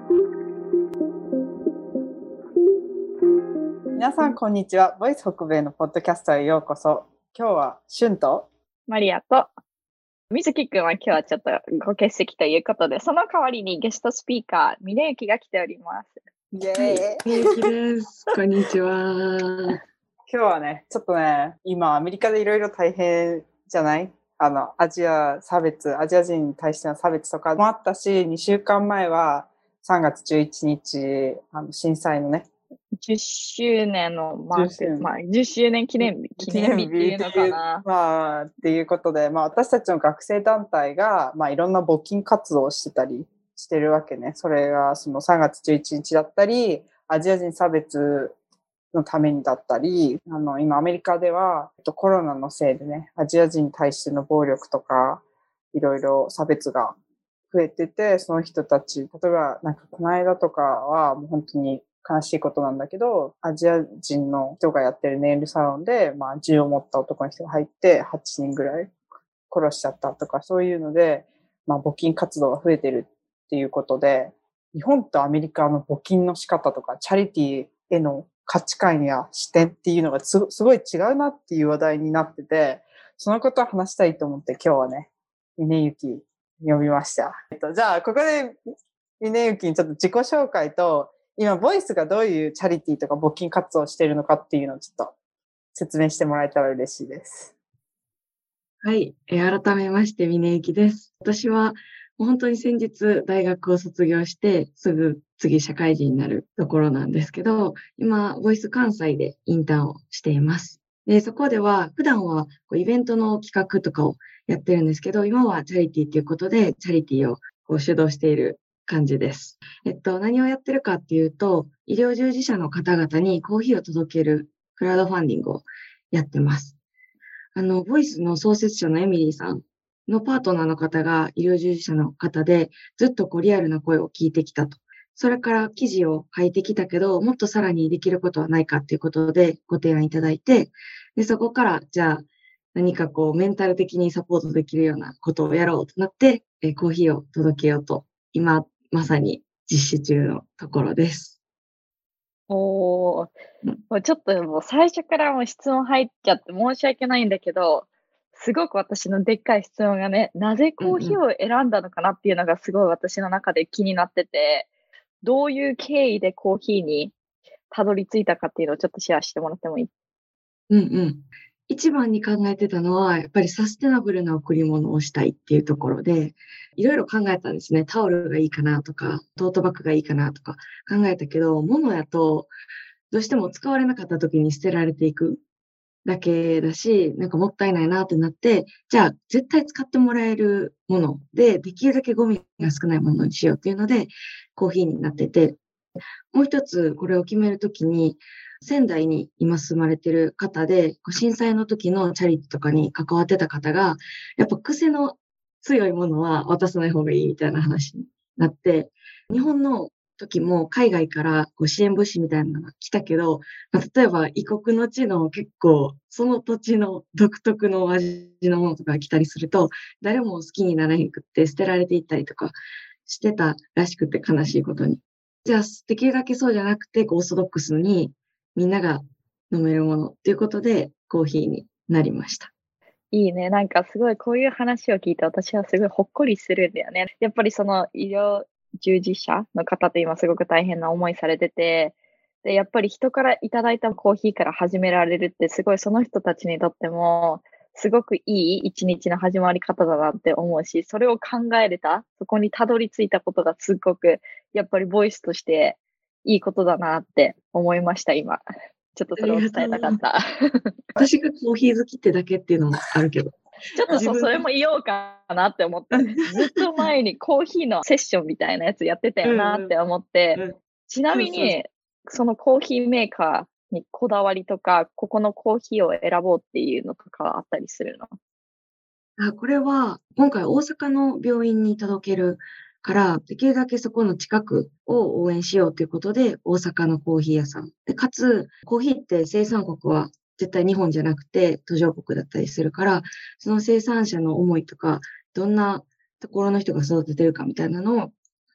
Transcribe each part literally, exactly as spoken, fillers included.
皆さんこんにちは。ボイス北米のポッドキャストへようこそ。今日はシュンとマリアと水木くんは今日はちょっとご欠席ということで、その代わりにゲストスピーカー峰幸が来ております。 イエーイ。 峰幸です。こんにちは。 今日はね、ちょっとね、今アメリカでいろいろ大変じゃない？あのアジア差別、アジア人に対しての差別とかもあったし、にしゅうかんまえはさんがつじゅういちにち、あの震災のね。 じゅっしゅうねんのマーク、まあ、じゅっしゅうねん記念日、記念日っていうのかな。 まあ、っていうことで、まあ、私たちの学生団体が、まあ、いろんな募金活動をしてたりしてるわけね。それがそのさんがつじゅういちにちだったり、アジア人差別のためにだったり、あの今アメリカではコロナのせいでね、アジア人に対しての暴力とかいろいろ差別が増えてて、その人たち、例えばなんかこの間とかはもう本当に悲しいことなんだけど、アジア人の人がやってるネイルサロンで、まあ、銃を持った男の人が入ってはちにんぐらい殺しちゃったとか、そういうので、まあ、募金活動が増えてるっていうことで、日本とアメリカの募金の仕方とかチャリティーへの価値観や視点っていうのが す, すごい違うなっていう話題になってて、そのことを話したいと思って今日はね、峰幸呼びました。えっと、じゃあここで峰幸にちょっと自己紹介と、今ボイスがどういうチャリティーとか募金活動をしているのかっていうのをちょっと説明してもらえたら嬉しいです。 はい、えー、改めまして峰幸です。私はもう本当に先日大学を卒業してすぐ次社会人になるところなんですけど、今ボイス関西でインターンをしています。で、そこでは普段はこうイベントの企画とかをやってるんですけど、今はチャリティーということでチャリティーをこう主導している感じです。えっと、何をやってるかっていうと、医療従事者の方々にコーヒーを届けるクラウドファンディングをやってます。あの、ボイスの創設者のエミリーさんのパートナーの方が医療従事者の方で、ずっとこうリアルな声を聞いてきたと。それから記事を書いてきたけど、もっとさらにできることはないかっていうことでご提案いただいて、でそこからじゃあ何かこうメンタル的にサポートできるようなことをやろうとなって、えコーヒーを届けようと今まさに実施中のところです。 おー、もうちょっともう最初からもう質問入っちゃって申し訳ないんだけど、すごく私のでっかい質問がね、なぜコーヒーを選んだのかなっていうのがすごい私の中で気になってて、どういう経緯でコーヒーにたどり着いたかっていうのをちょっとシェアしてもらってもいい？ うんうん。一番に考えてたのは、やっぱりサステナブルな贈り物をしたいっていうところで、いろいろ考えたんですね。タオルがいいかなとか、トートバッグがいいかなとか考えたけど、物やとどうしても使われなかった時に捨てられていくだけだし、なんかもったいないなってなって、じゃあ絶対使ってもらえるもので、できるだけゴミが少ないものにしようっていうので、コーヒーになってて、もう一つこれを決めるときに、仙台に今住まれてる方で、震災の時のチャリティーとかに関わってた方が、やっぱ癖の強いものは渡さない方がいいみたいな話になって、日本の時も海外からこう支援物資みたいなのが来たけど、例えば異国の地の結構その土地の独特の味のものとか来たりすると、誰も好きにならへんくって捨てられていったりとかしてたらしくて、悲しいことに。じゃあできるだけそうじゃなくて、オーソドックスにみんなが飲めるものっていうことでコーヒーになりました。 いいね。なんかすごいこういう話を聞いて私はすごいほっこりするんだよね。やっぱりその医療従事者の方って今すごく大変な思いされてて、で、やっぱり人からいただいたコーヒーから始められるってすごいその人たちにとってもすごくいい一日の始まり方だなって思うし、それを考えれた、そこにたどり着いたことがすっごくやっぱりボイスとしていいことだなって思いました、今。ちょっとそれを伝えたかった。 私がコーヒー好きってだけっていうのもあるけど。 ちょっとそそれも言おうかなって思って、ずっと前にコーヒーのセッションみたいなやつやってたよなって思って、うんうん、ちなみにそのコーヒーメーカーにこだわりとか、ここのコーヒーを選ぼうっていうのとかあったりするの？ あ、これは今回大阪の病院に届けるから、できるだけそこの近くを応援しようということで、大阪のコーヒー屋さんで、かつコーヒーって生産国は絶対日本じゃなくて途上国だったりするから、その生産者の思いとか、どんなところの人が育ててるかみたいなのを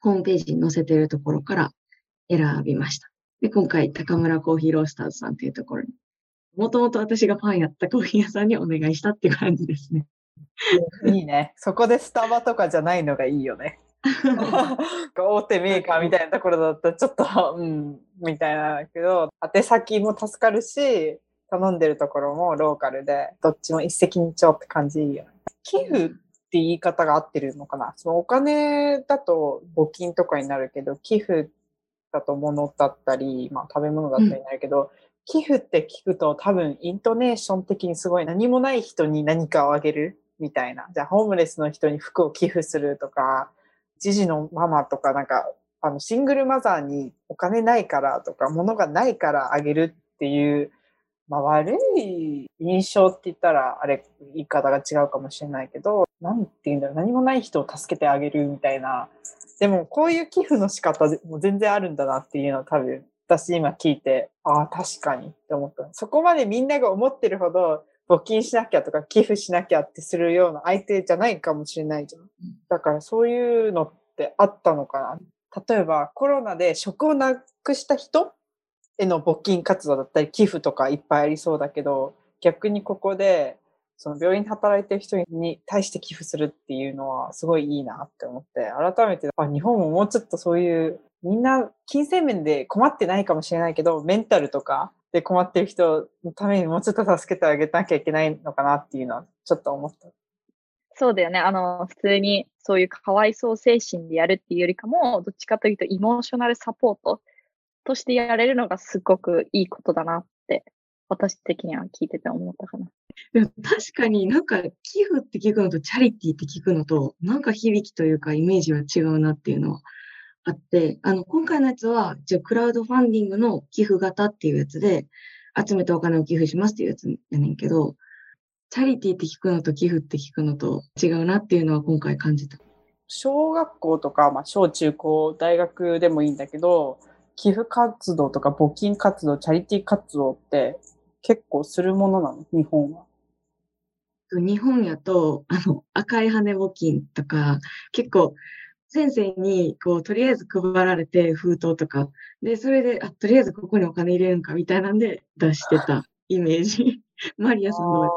ホームページに載せているところから選びました。で、今回、高村コーヒーロースターズさんっていうところに、もともと私がファンやったコーヒー屋さんにお願いしたっていう感じですね。 いいね。そこでスタバとかじゃないのがいいよね。大手メーカーみたいなところだったらちょっと、うん、みたいなんだけど、宛先も助かるし、頼んでるところもローカルで、どっちも一石二鳥って感じいいよね。寄付って言い方が合ってるのかな。そのお金だと募金とかになるけど、寄付だと物だったり、まあ食べ物だったりになるけど、うん、寄付って聞くと多分イントネーション的にすごい何もない人に何かをあげるみたいな。じゃあホームレスの人に服を寄付するとか、じじのママとかなんか、あのシングルマザーにお金ないからとか、物がないからあげるっていう、まあ悪い印象って言ったら、あれ、言い方が違うかもしれないけど、なんて言うんだろう、何もない人を助けてあげるみたいな。でもこういう寄付の仕方も全然あるんだなっていうのは多分、私今聞いて、ああ、確かにって思った。そこまでみんなが思ってるほど、募金しなきゃとか寄付しなきゃってするような相手じゃないかもしれないじゃん。だからそういうのってあったのかな。例えばコロナで職をなくした人への募金活動だったり寄付とかいっぱいありそうだけど、逆にここでその病院で働いてる人に対して寄付するっていうのはすごいいいなって思って、改めてあ日本ももうちょっとそういうみんな金銭面で困ってないかもしれないけど、メンタルとかで困ってる人のためにもうちょっと助けてあげなきゃいけないのかなっていうのはちょっと思った。 そうだよね。あの、普通にそういうかわいそう精神でやるっていうよりかも、どっちかというとエモーショナルサポートとしてやれるのがすごくいいことだなって、私的には聞いてて思ったかな。 でも確かになんか寄付って聞くのとチャリティーって聞くのと、なんか響きというかイメージは違うなっていうのはあって、あの、今回のやつは、じゃクラウドファンディングの寄付型っていうやつで、集めたお金を寄付しますっていうやつやねんけど、チャリティーって聞くのと寄付って聞くのと違うなっていうのは今回感じた。 小学校とか、まあ、小中高、大学でもいいんだけど、寄付活動とか募金活動、チャリティー活動って結構するものなの？日本は。 日本やと、あの、赤い羽募金とか、結構、先生に、こう、とりあえず配られて、封筒とか。で、それで、あ、とりあえずここにお金入れるんか、みたいなんで出してたイメージ。マリアさんどうやった？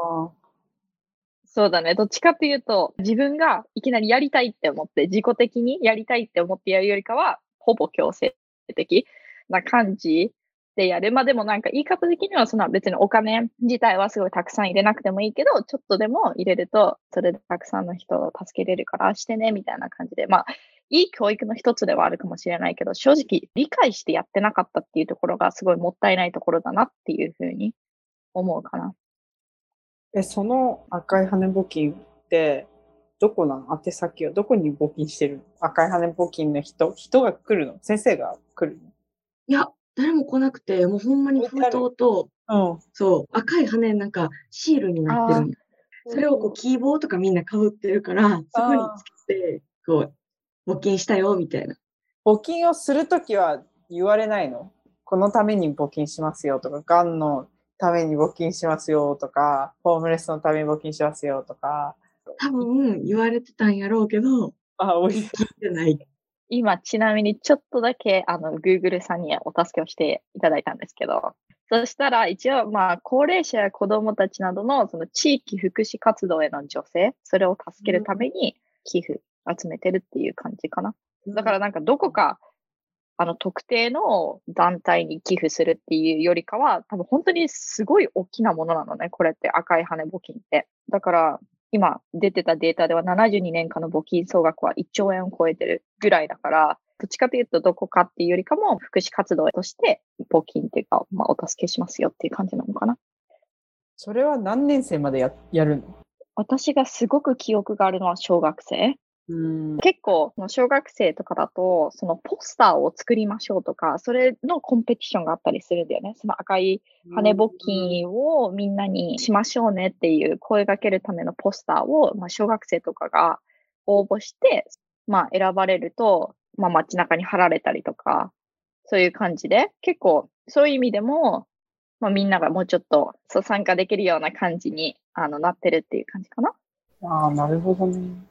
そうだね。どっちかっていうと、自分がいきなりやりたいって思って、自己的にやりたいって思ってやるよりかは、ほぼ強制的な感じでやる。まあでもなんか言い方的にはそんな別にお金自体はすごいたくさん入れなくてもいいけど、ちょっとでも入れると、それでたくさんの人を助けれるからしてね、みたいな感じで。まあ、いい教育の一つではあるかもしれないけど、正直理解してやってなかったっていうところがすごいもったいないところだなっていうふうに思うかな。 え、その赤い羽募金ってどこなの？宛先はどこに募金してるの？赤い羽募金の人、人が来るの？先生が来るの？ いや、誰も来なくて、もうほんまに封筒と、 うん。 そう、赤い羽なんかシールになってるんよ。それをこうキーボーとかみんな被ってるから、そこにつけて、こう、募金したよ、みたいな。 募金をするときは言われないの？このために募金しますよとか、がんのために募金しますよとか、ホームレスのために募金しますよとか。 多分言われてたんやろうけど、 あ、おい聞いてない。 今、ちなみにちょっとだけ、あの、Google さんにお助けをしていただいたんですけど、そしたら一応、まあ、高齢者や子供たちなどの、その地域福祉活動への助成、それを助けるために寄付集めてるっていう感じかな。だからなんかどこか、あの、特定の団体に寄付するっていうよりかは、多分本当にすごい大きなものなのね、これって赤い羽募金って。だから、今出てたデータではななじゅうにねんかんの募金総額はいっちょうえんを超えてるぐらいだから、どっちかというとどこかっていうよりかも福祉活動として募金っていうか、まあ、お助けしますよっていう感じなのかな。 それは何年生まで や, やるの？ 私がすごく記憶があるのは小学生。 うん結構、小学生とかだと、そのポスターを作りましょうとか、それのコンペティションがあったりするんだよね。その赤い羽募金をみんなにしましょうねっていう声掛けるためのポスターを、まあ、小学生とかが応募して、まあ、選ばれると、まあ、街中に貼られたりとか、そういう感じで、結構そういう意味でも、まあ、みんながもうちょっとそう参加できるような感じにあのなってるっていう感じかな。 ああ、なるほどね。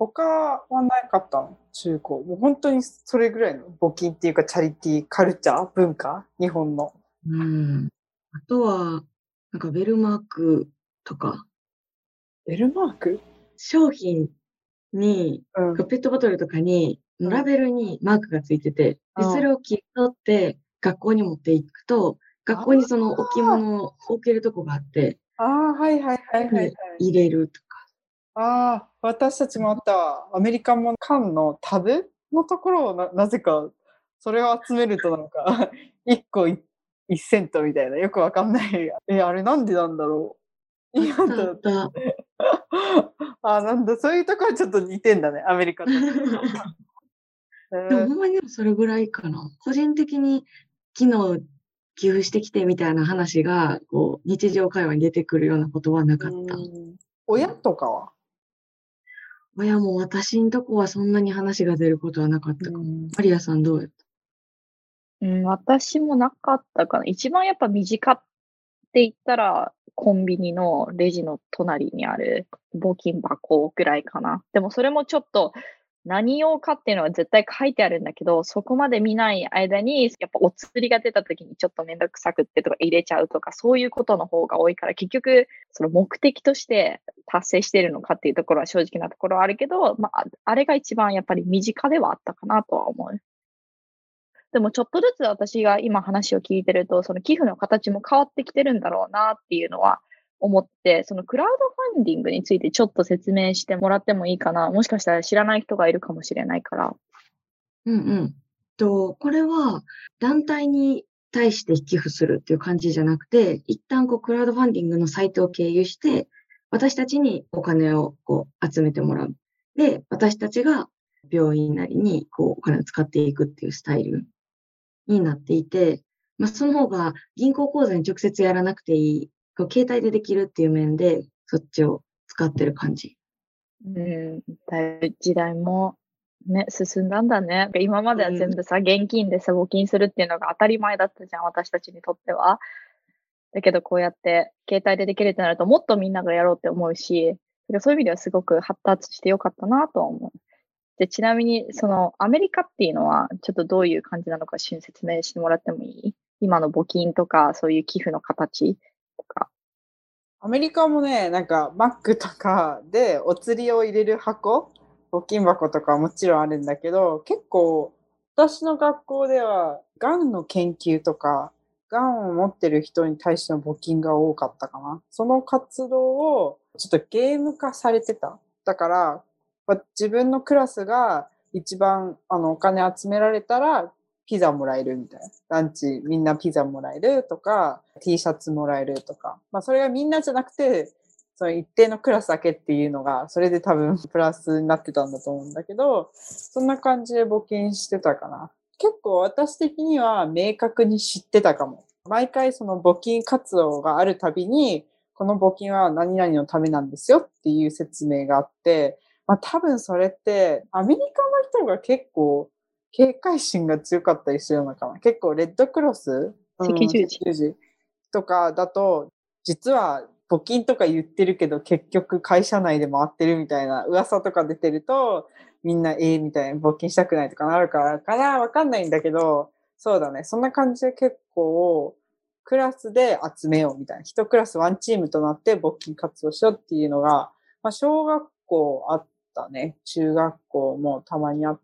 他はなかったの中高。もう本当にそれぐらいの募金っていうかチャリティーカルチャー文化日本の。 うん。あとは、なんかベルマークとか、 ベルマーク商品に、 うん。 ペットボトルとかに、 うんラベルにマークがついてて、で、そうんれを切り取って学校に持っていくと、学校にその置物を置けるとこがあって、 ああ、はいはいはいはい、はいに。入れるとか。 ああ、私たちもあったわ。アメリカも缶のタブのところをななぜか、それを集めるとなんか、いっこいいちセントみたいな、よくわかんない。え、あれなんでなんだろう。 あっ今たあっと、 た。 あ、なんだ、そういうところはちょっと似てんだね、アメリカと。えでもーほんまにでもそれぐらいかな。個人的に昨日寄付してきてみたいな話が、こう、日常会話に出てくるようなことはなかった。 うん親とかは親も私んとこはそんなに話が出ることはなかったかも。 うんマリアさんどうやった？ うん、私もなかったかな。一番やっぱ身近って言ったら、コンビニのレジの隣にある募金箱ぐらいかな。でもそれもちょっと、何用かっていうのは絶対書いてあるんだけど、そこまで見ない間に、やっぱお釣りが出た時にちょっとめんどくさくってとか入れちゃうとか、そういうことの方が多いから、結局、その目的として達成しているのかっていうところは正直なところはあるけど、まあ、あれが一番やっぱり身近ではあったかなとは思う。でもちょっとずつ私が今話を聞いてると、その寄付の形も変わってきてるんだろうなっていうのは思って、そのクラウドファンディングについてちょっと説明してもらってもいいかな。もしかしたら知らない人がいるかもしれないから。 うんうん。と、これは団体に対して寄付するっていう感じじゃなくて、一旦こうクラウドファンディングのサイトを経由して、私たちにお金をこう集めてもらう。で、私たちが病院なりにこうお金を使っていくっていうスタイルになっていて、まあ、その方が銀行口座に直接やらなくていい、こう携帯でできるっていう面で、そっちを使ってる感じ。 うん、だいぶ時代もね、進んだんだね。今までは全部さ、現金でさ、募金するっていうのが当たり前だったじゃん、私たちにとっては。だけどこうやって携帯でできるってなると、もっとみんながやろうって思うし、そういう意味ではすごく発達してよかったなとは思う。で、ちなみに、その、アメリカっていうのは、ちょっとどういう感じなのか、しゅ説明してもらってもいい？今の募金とか、そういう寄付の形とか。 アメリカもね、なんかマックとかでお釣りを入れる箱、募金箱とかはもちろんあるんだけど、結構私の学校ではがんの研究とか、がんを持ってる人に対しての募金が多かったかな。その活動をちょっとゲーム化されてた。だから、ま自分のクラスが一番あのお金集められたらピザもらえるみたいな。ランチみんなピザもらえるとか、T シャツもらえるとか。まあそれがみんなじゃなくて、その一定のクラスだけっていうのが、それで多分プラスになってたんだと思うんだけど、そんな感じで募金してたかな。結構私的には明確に知ってたかも。毎回その募金活動があるたびに、この募金は何々のためなんですよっていう説明があって、まあ多分それってアメリカの人が結構警戒心が強かったりするのかな。結構レッドクロス、 赤十字。 赤十字とかだと、実は募金とか言ってるけど結局会社内で回ってるみたいな噂とか出てると、みんなええみたいな募金したくないとかなるからかな、わかんないんだけど、そうだね。そんな感じで結構クラスで集めようみたいな。一クラスワンチームとなって募金活動しようっていうのが、まあ、小学校あったね。中学校もたまにあって、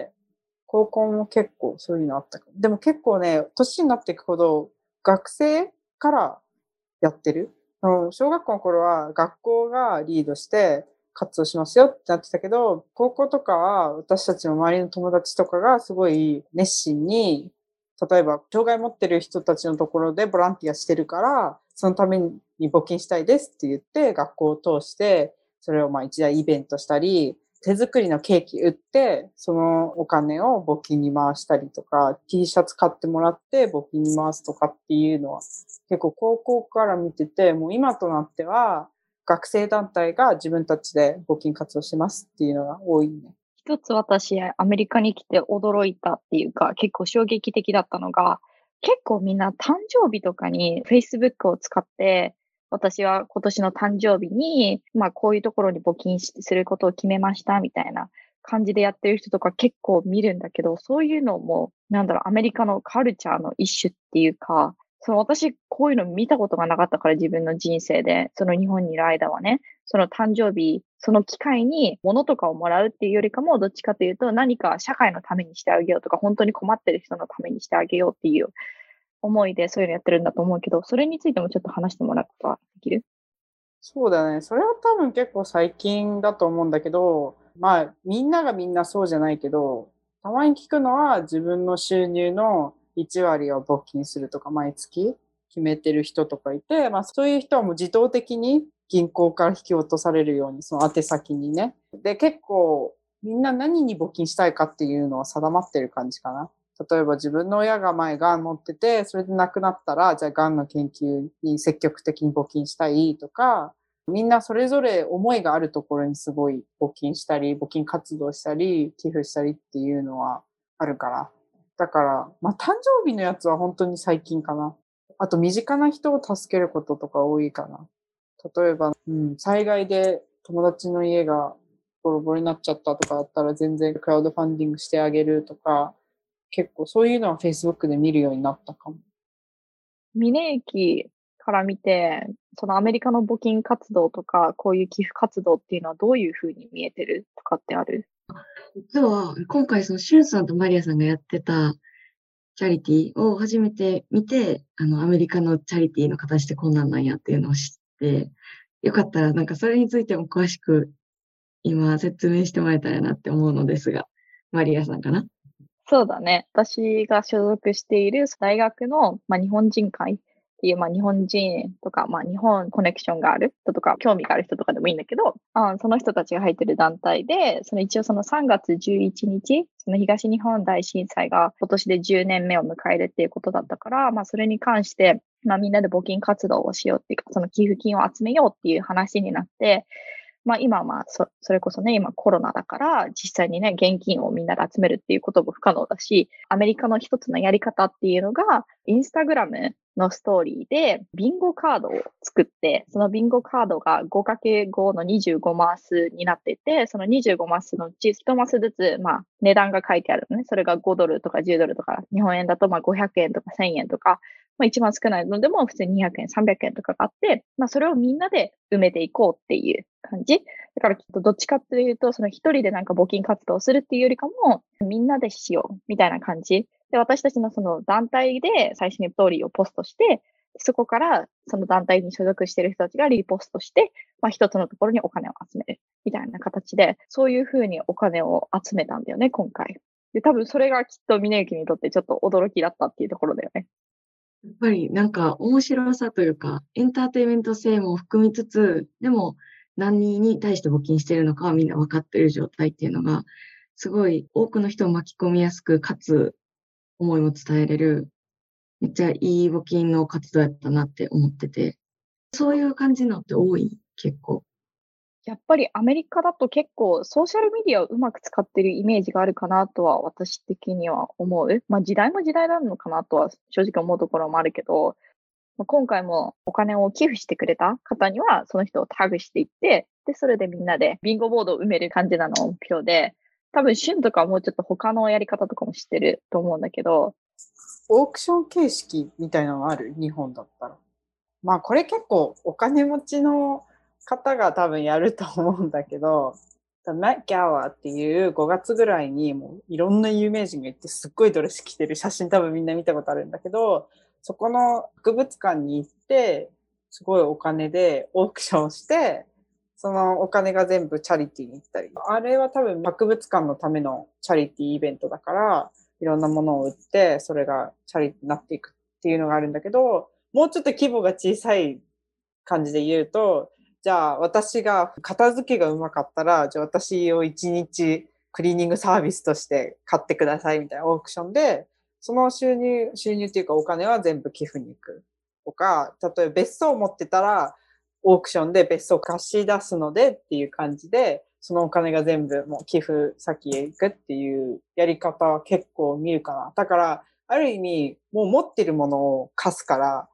高校も結構そういうのあったかも。でも結構ね、年になっていくほど学生からやってる。小学校の頃は学校がリードして活動しますよってなってたけど、高校とかは私たちの周りの友達とかがすごい熱心に、例えば障害持ってる人たちのところでボランティアしてるから、そのために募金したいですって言って学校を通して、それをまあ一大イベントしたり、手作りのケーキ売って、そのお金を募金に回したりとか、T シャツ買ってもらって募金に回すとかっていうのは、結構高校から見てて、もう今となっては、学生団体が自分たちで募金活動しますっていうのが多いね。 一つ私、アメリカに来て驚いたっていうか、結構衝撃的だったのが、結構みんな誕生日とかに Facebook を使って、 私は今年の誕生日に、まあこういうところに募金しすることを決めましたみたいな感じでやってる人とか結構見るんだけど、そういうのも、なんだろう、アメリカのカルチャーの一種っていうか、その私こういうの見たことがなかったから自分の人生で、その日本にいる間はね、その誕生日、その機会に物とかをもらうっていうよりかも、どっちかというと何か社会のためにしてあげようとか、本当に困ってる人のためにしてあげようっていう思いでそういうのやってるんだと思うけど、それについてもちょっと話してもらうことはできる？ そうだね。それは多分結構最近だと思うんだけど、まあ、みんながみんなそうじゃないけど、たまに聞くのは自分の収入のいち割を募金するとか、毎月決めてる人とかいて、まあそういう人はもう自動的に銀行から引き落とされるように、その宛先にね。で、結構みんな何に募金したいかっていうのは定まってる感じかな。例えば自分の親が前がん持ってて、それで亡くなったら、じゃあがんの研究に積極的に募金したいとか、みんなそれぞれ思いがあるところにすごい募金したり、募金活動したり、寄付したりっていうのはあるから。だから、まあ誕生日のやつは本当に最近かな。あと身近な人を助けることとか多いかな。例えば、うん、災害で友達の家がボロボロになっちゃったとかだったら全然クラウドファンディングしてあげるとか、結構そういうのは Facebook で見るようになったかも。 峰行から見て、そのアメリカの募金活動とか、こういう寄付活動っていうのはどういう風に見えてるとかってある？ 実は、今回そのシュンさんとマリアさんがやってたチャリティーを初めて見て、あの、アメリカのチャリティーの形ってこんなんなんやっていうのを知って、よかったらなんかそれについても詳しく今説明してもらえたらなって思うのですが、マリアさんかな？ そうだね。私が所属している大学の、まあ、日本人会っていう、まあ、日本人とか、まあ、日本コネクションがある人とか、興味がある人とかでもいいんだけど、あその人たちが入ってる団体で、その一応そのさんがつじゅういちにち、その東日本大震災が今年でじゅうねんめを迎えるっていうことだったから、まあ、それに関して、まあ、みんなで募金活動をしようっていうか、その寄付金を集めようっていう話になって、まあ今はまあそ、それこそね、今コロナだから、実際にね、現金をみんなで集めるっていうことも不可能だし、アメリカの一つのやり方っていうのが、インスタグラムのストーリーで、ビンゴカードを作って、そのビンゴカードが ごかけるご のにじゅうごマスになっていて、そのにじゅうごマスのうちいちマスずつ、まあ値段が書いてあるのね。それがごドルとかじゅうドルとか、日本円だとまあごひゃくえんとかせんえんとか、まあ一番少ないのでも普通ににひゃくえん、さんびゃくえんとかがあって、まあそれをみんなで埋めていこうっていう感じ。だからきっとどっちかっていうと、その一人でなんか募金活動をするっていうよりかも、みんなでしようみたいな感じ。で、私たちのその団体で最初にストーリーをポストして、そこからその団体に所属している人たちがリポストして、まあ一つのところにお金を集めるみたいな形で、そういうふうにお金を集めたんだよね、今回。で、多分それがきっと峰行にとってちょっと驚きだったっていうところだよね。 やっぱりなんか面白さというか、エンターテインメント性も含みつつ、でも何人に対して募金しているのかはみんな分かっている状態っていうのが、すごい多くの人を巻き込みやすく、かつ思いも伝えれる、めっちゃいい募金の活動やったなって思ってて、そういう感じのって多い、結構。 やっぱりアメリカだと結構ソーシャルメディアをうまく使ってるイメージがあるかなとは私的には思う。まあ時代も時代なのかなとは正直思うところもあるけど、まあ、今回もお金を寄付してくれた方にはその人をタグしていって、で、それでみんなでビンゴボードを埋める感じなのを目標で、多分旬とかはもうちょっと他のやり方とかも知ってると思うんだけど、 オークション形式みたいなのある？日本だったら。まあこれ結構お金持ちの方が多分やると思うんだけど、マッギャワーっていうごがつぐらいにもういろんな有名人が行ってすっごいドレス着てる写真多分みんな見たことあるんだけど、そこの博物館に行ってすごいお金でオークションして、そのお金が全部チャリティーに行ったり。あれは多分博物館のためのチャリティーイベントだから、いろんなものを売って、それがチャリティーになっていくっていうのがあるんだけど、もうちょっと規模が小さい感じで言うと、じゃあ私が片付けがうまかったら、じゃあ私を一日クリーニングサービスとして買ってくださいみたいなオークションで、その収入、収入っていうかお金は全部寄付に行く。とか、例えば別荘を持ってたら、オークションで別荘貸し出すのでっていう感じで、そのお金が全部もう寄付先へ行くっていうやり方は結構見るかな。だから、ある意味、もう持ってるものを貸すから、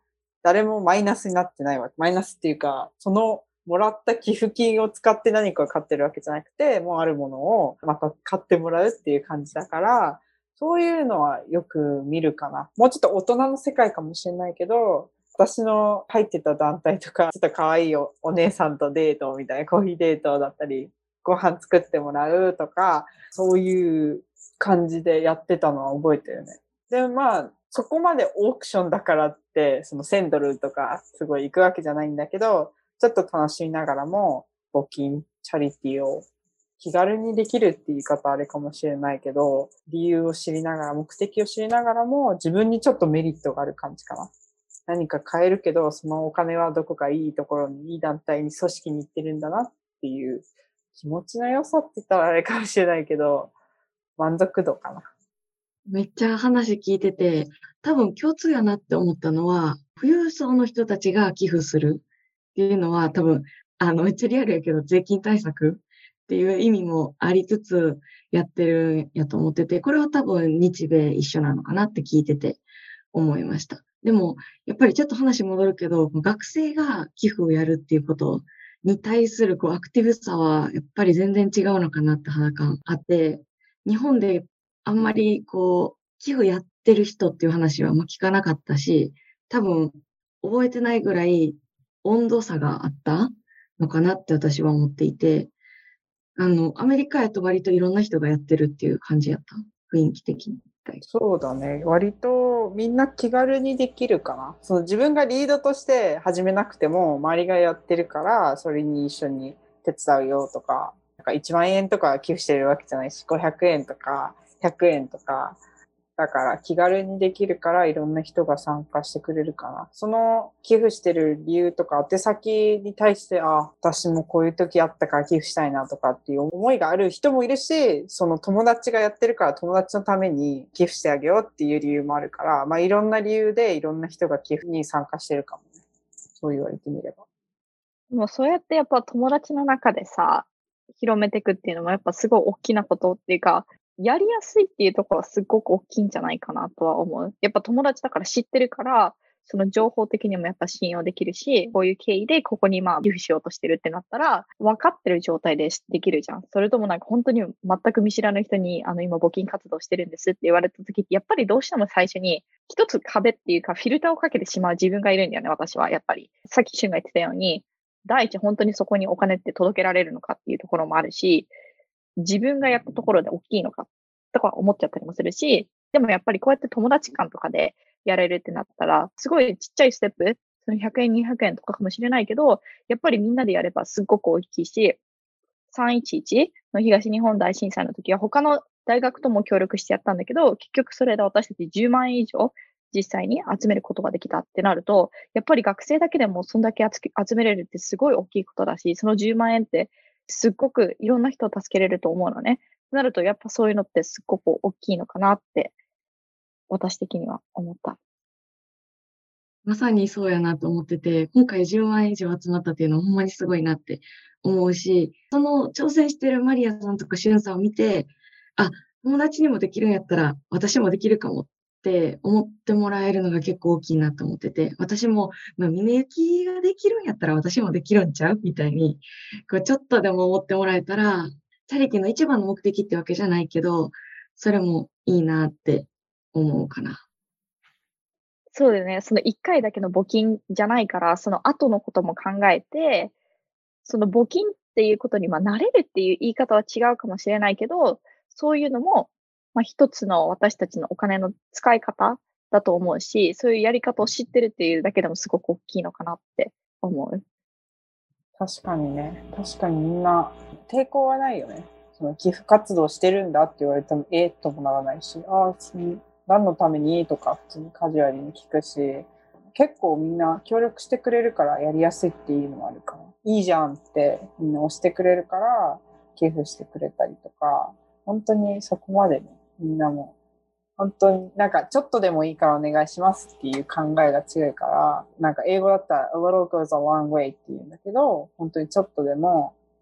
誰もマイナスになってないわけ。マイナスっていうか、そのもらった寄付金を使って何かを買ってるわけじゃなくて、もうあるものをまた買ってもらうっていう感じだから、そういうのはよく見るかな。もうちょっと大人の世界かもしれないけど、私の入ってた団体とか、ちょっと可愛い お, お姉さんとデートみたいな、コーヒーデートだったり、ご飯作ってもらうとか、そういう感じでやってたのは覚えてるね。で、まあ、そこまでオークションだからって、そのせんドルとかすごい行くわけじゃないんだけど、ちょっと楽しみながらも、募金、チャリティーを気軽にできるって言い方あれかもしれないけど、理由を知りながら、目的を知りながらも、自分にちょっとメリットがある感じかな。何か買えるけど、そのお金はどこかいいところに、いい団体に、組織に行ってるんだなっていう気持ちの良さって言ったらあれかもしれないけど、満足度かな。 めっちゃ話聞いてて、多分共通やなって思ったのは、富裕層の人たちが寄付するっていうのは多分、あの、めっちゃリアルやけど、税金対策っていう意味もありつつやってるんやと思ってて、これは多分日米一緒なのかなって聞いてて思いました。でも、やっぱりちょっと話戻るけど、学生が寄付をやるっていうことに対するこうアクティブさはやっぱり全然違うのかなって肌感あって、日本であんまりこう、寄付やってる人っていう話はあんま聞かなかったし、多分覚えてないぐらい温度差があったのかなって私は思っていて、あの、アメリカやと割といろんな人がやってるっていう感じやった。雰囲気的に。 そうだね。割とみんな気軽にできるかな。その自分がリードとして始めなくても周りがやってるからそれに一緒に手伝うよとか、なんかいちまんえんとか寄付してるわけじゃないし、ごひゃくえんとかひゃくえんとか、だから気軽にできるからいろんな人が参加してくれるかな。その寄付してる理由とか宛先に対して、あ、私もこういう時あったから寄付したいなとかっていう思いがある人もいるし、その友達がやってるから友達のために寄付してあげようっていう理由もあるから、まあいろんな理由でいろんな人が寄付に参加してるかもね。そう言われてみれば。 もうそうやってやっぱ友達の中でさ、広めていくっていうのもやっぱすごい大きなことっていうか、やりやすいっていうところはすっごく大きいんじゃないかなとは思う。やっぱ友達だから知ってるから、その情報的にもやっぱ信用できるし、こういう経緯でここにまあ寄付しようとしてるってなったら、分かってる状態でできるじゃん。それともなんか本当に全く見知らぬ人に、あの今募金活動してるんですって言われた時って、やっぱりどうしても最初に一つ壁っていうかフィルターをかけてしまう自分がいるんだよね、私はやっぱり。さっき俊が言ってたように、第一本当にそこにお金って届けられるのかっていうところもあるし、自分がやったところで大きいのかとか思っちゃったりもするし、でもやっぱりこうやって友達間とかでやれるってなったら、すごいちっちゃいステップ、そのひゃくえん、にひゃくえんとかかもしれないけど、やっぱりみんなでやればすっごく大きいし、さんいちいちの東日本大震災の時は他の大学とも協力してやったんだけど、結局それで私たちじゅうまんえん以上実際に集めることができたってなると、やっぱり学生だけでもそんだけ集めれるってすごい大きいことだし、そのじゅうまんえんってすっごくいろんな人を助けれると思うのね。なるとやっぱそういうのってすっごく大きいのかなって、私的には思った。 まさにそうやなと思ってて、今回じゅうまんえん以上集まったっていうのはほんまにすごいなって思うし、その挑戦してるマリアさんとかシュンさんを見て、あ、友達にもできるんやったら私もできるかもって思ってもらえるのが結構大きいなと思ってて、私も、まあ、峰行きができるんやったら私もできるんちゃうみたいに、こうちょっとでも思ってもらえたら、チャリティの一番の目的ってわけじゃないけど、それもいいなって思うかな。 そうだよね。そのいっかいだけの募金じゃないから、その後のことも考えて、その募金っていうことに、ま、慣れるっていう言い方は違うかもしれないけど、そういうのも、ま、一つの私たちのお金の使い方だと思うし、そういうやり方を知ってるっていうだけでもすごく大きいのかなって思う。 確かにね。確かにみんな抵抗はないよね。その寄付活動してるんだって言われても、えー、ともならないし、ああ、何のためにとか普通にカジュアルに聞くし、結構みんな協力してくれるからやりやすいっていうのもあるから、いいじゃんってみんな押してくれるから寄付してくれたりとか、本当にそこまでね、みんなも本当になんかちょっとでもいいからお願いしますっていう考えが強いから、なんか英語だったら a little goes a long way っていうんだけど、本当にちょっとでも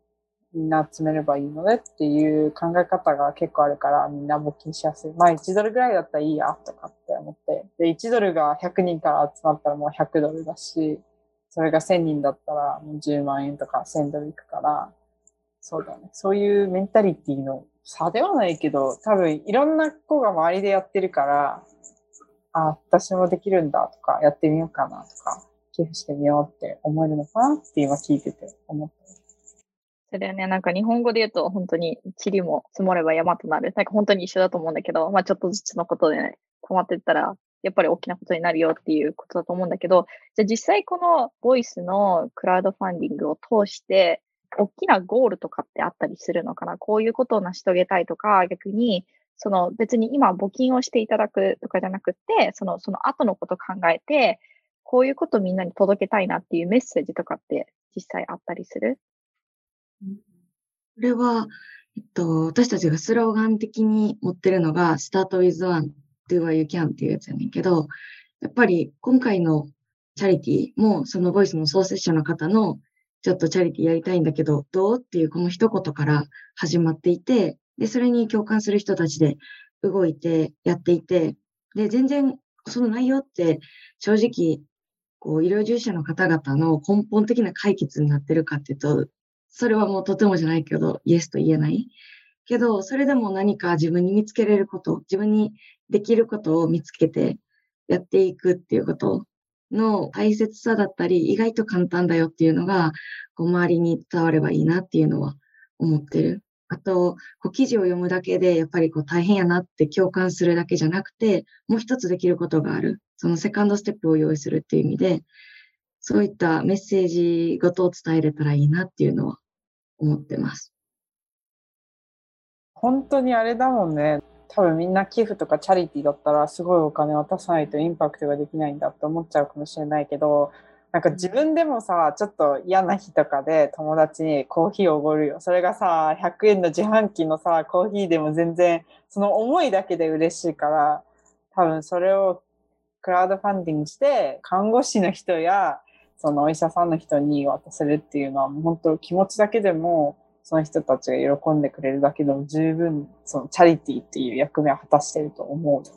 みんな集めればいいのでっていう考え方が結構あるから、みんな募金しやすい。まあいちドルぐらいだったらいいやとかって思って。で、いちドルがひゃくにんから集まったらもうひゃくドルだし、それがせんにんだったらもうじゅうまんえんとかせんドルいくから、そうだね。そういうメンタリティの差ではないけど、多分いろんな子が周りでやってるから、あ、私もできるんだとか、やってみようかなとか、寄付してみようって思えるのかなって今聞いてて思った。 それはね、なんか日本語で言うと本当に塵も積もれば山となる。なんか本当に一緒だと思うんだけど、まあちょっとずつのことでね、溜まってったら、やっぱり大きなことになるよっていうことだと思うんだけど、じゃあ実際このボイスのクラウドファンディングを通して、大きなゴールとかってあったりするのかな？こういうことを成し遂げたいとか、逆に、その別に今募金をしていただくとかじゃなくて、その、その後のこと考えて、こういうことをみんなに届けたいなっていうメッセージとかって実際あったりする？ これは、えっと、私たちがスローガン的に持ってるのが、Start with one, do what you can っていうやつやねんけど、やっぱり今回のチャリティーも、そのボイスの創設者の方の、ちょっとチャリティーやりたいんだけど、どうっていうこの一言から始まっていて、で、それに共感する人たちで動いてやっていて、で、全然その内容って正直、こう、医療従事者の方々の根本的な解決になってるかっていうと、それはもうとてもじゃないけど、イエスと言えない。けど、それでも何か自分に見つけれること、自分にできることを見つけてやっていくっていうことの大切さだったり、意外と簡単だよっていうのが、こう周りに伝わればいいなっていうのは思ってる。あと、こう記事を読むだけで、やっぱりこう大変やなって共感するだけじゃなくて、もう一つできることがある。そのセカンドステップを用意するっていう意味で、そういったメッセージごとを伝えれたらいいなっていうのは思ってます。 本当にあれだもんね。多分みんな寄付とかチャリティーだったらすごいお金渡さないとインパクトができないんだって思っちゃうかもしれないけど、なんか自分でもさ、ちょっと嫌な日とかで友達にコーヒーをおごるよ。それがさ、ひゃくえんの自販機のさ、コーヒーでも全然、その思いだけで嬉しいから、多分それをクラウドファンディングして、看護師の人や、そのお医者さんの人に渡せるっていうのは、もう本当気持ちだけでも、その人たちが喜んでくれるだけでも十分、そのチャリティーっていう役目を果たしていると思う。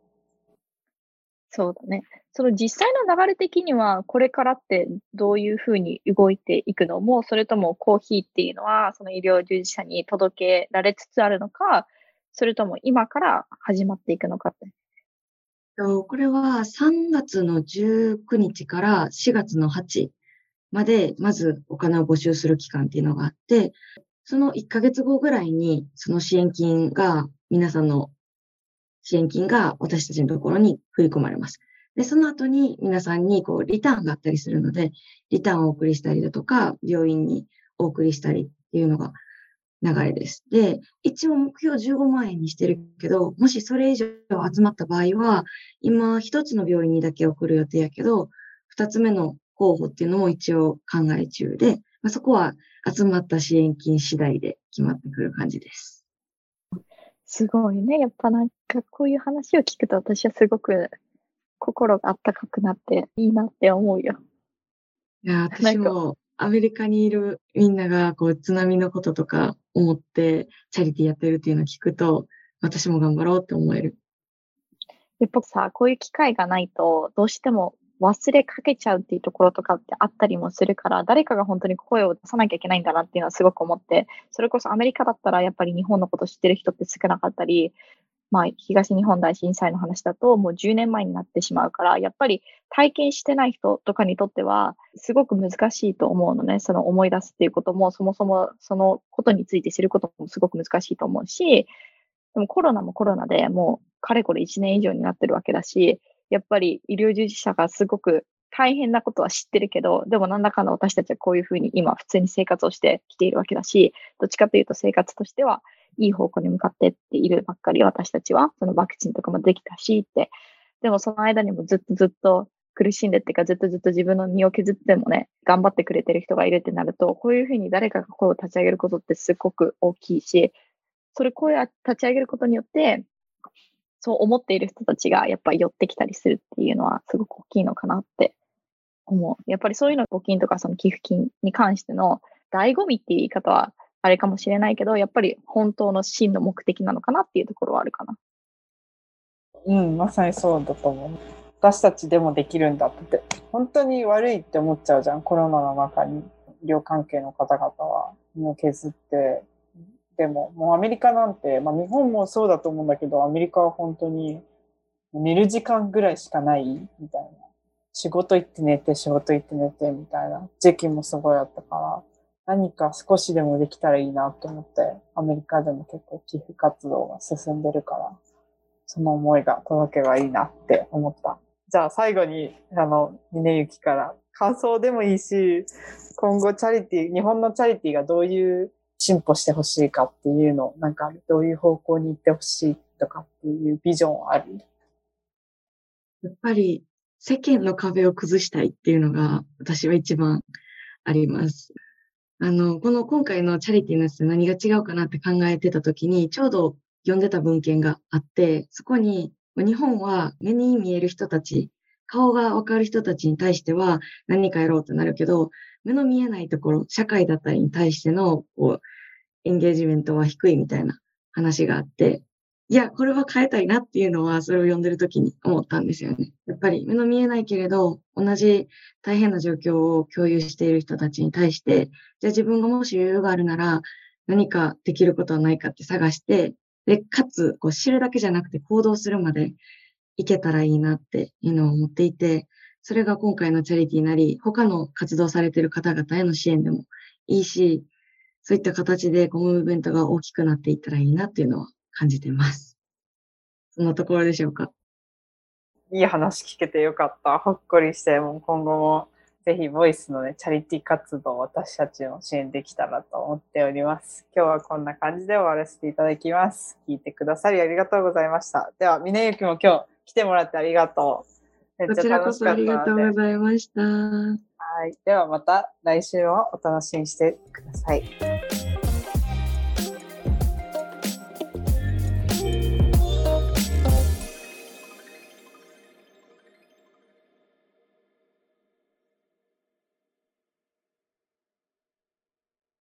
そうだね。その実際の流れ的には、これからってどういうふうに動いていくのも、それともコーヒーっていうのは、その医療従事者に届けられつつあるのか、それとも今から始まっていくのかって。 これはさんがつのじゅうくにちからしがつのはちまで、まずお金を募集する期間っていうのがあって、そのいっかげつごぐらいに、その支援金が、皆さんの支援金が私たちのところに振り込まれます。で、その後に皆さんにこうリターンがあったりするので、リターンをお送りしたりだとか、病院にお送りしたりっていうのが流れです。で、一応目標じゅうごまんえんにしてるけど、もしそれ以上集まった場合は、今一つの病院にだけ送る予定やけど、二つ目の候補っていうのも一応考え中で、まあ、そこは集まった支援金次第で決まってくる感じです。 すごいね。やっぱなんかこういう話を聞くと私はすごく心があったかくなっていいなって思うよ。 いや、私もアメリカにいるみんながこう津波のこととか思ってチャリティーやってるっていうのを聞くと、私も頑張ろうって思える。 やっぱさ、こういう機会がないと、どうしても忘れかけちゃうっていうところとかってあったりもするから、誰かが本当に声を出さなきゃいけないんだなっていうのはすごく思って、それこそアメリカだったらやっぱり日本のこと知ってる人って少なかったり、まあ、東日本大震災の話だともうじゅうねんまえになってしまうから、やっぱり体験してない人とかにとっては、すごく難しいと思うのね。その思い出すっていうことも、そもそもそのことについて知ることもすごく難しいと思うし、でもコロナもコロナでもうかれこれいちねん以上になってるわけだし、やっぱり医療従事者がすごく大変なことは知ってるけど、でもなんだかんだ私たちはこういうふうに今普通に生活をしてきているわけだし、どっちかというと生活としてはいい方向に向かってっているばっかり私たちは、そのワクチンとかもできたしって。でもその間にもずっとずっと苦しんでっていうか、ずっとずっと自分の身を削ってもね、頑張ってくれてる人がいるってなると、こういうふうに誰かが声を立ち上げることってすごく大きいし、それ声を立ち上げることによって、そう思っている人たちがやっぱり寄ってきたりするっていうのはすごく大きいのかなって思う。やっぱりそういうの募金とかその寄付金に関しての醍醐味っていう言い方はあれかもしれないけど、やっぱり本当の真の目的なのかなっていうところはあるかな。 うん、まさにそうだと思う。私たちでもできるんだって、本当に悪いって思っちゃうじゃん、コロナの中に。医療関係の方々はもう削って。でも、もうアメリカなんて、まあ日本もそうだと思うんだけど、アメリカは本当に寝る時間ぐらいしかないみたいな。仕事行って寝て、仕事行って寝てみたいな時期もすごいあったから、何か少しでもできたらいいなと思って、アメリカでも結構寄付活動が進んでるから、その思いが届けばいいなって思った。じゃあ最後に、あの、峰幸から感想でもいいし、今後チャリティー、日本のチャリティーがどういう進歩してほしいかっていうの、なんかどういう方向に行ってほしいとかっていうビジョンある？ やっぱり世間の壁を崩したいっていうのが私は一番あります。あの、この今回のチャリティーのやつで何が違うかなって考えてた時に、ちょうど読んでた文献があって、そこに日本は目に見える人たち、顔がわかる人たちに対しては何かやろうってなるけど、目の見えないところ、社会だったりに対してのこうエンゲージメントは低いみたいな話があって、いや、これは変えたいなっていうのは、それを読んでる時に思ったんですよね。やっぱり目の見えないけれど、同じ大変な状況を共有している人たちに対して、じゃあ自分がもし余裕があるなら、何かできることはないかって探して、で、かつ、こう知るだけじゃなくて行動するまでいけたらいいなっていうのを思っていて、それが今回のチャリティーなり、他の活動されている方々への支援でもいいし、そういった形でこのムーブメントが大きくなっていったらいいなっていうのは感じてます。そんなところでしょうか。 いい話聞けてよかった。ほっこりして、もう今後もぜひボイスのね、チャリティー活動を私たちも支援できたらと思っております。今日はこんな感じで終わらせていただきます。聞いてくださりありがとうございました。では、峰幸も今日来てもらってありがとう。めっちゃこちらこ楽しかったそありがとうございました。 はい。ではまた来週もお楽しみにしてください。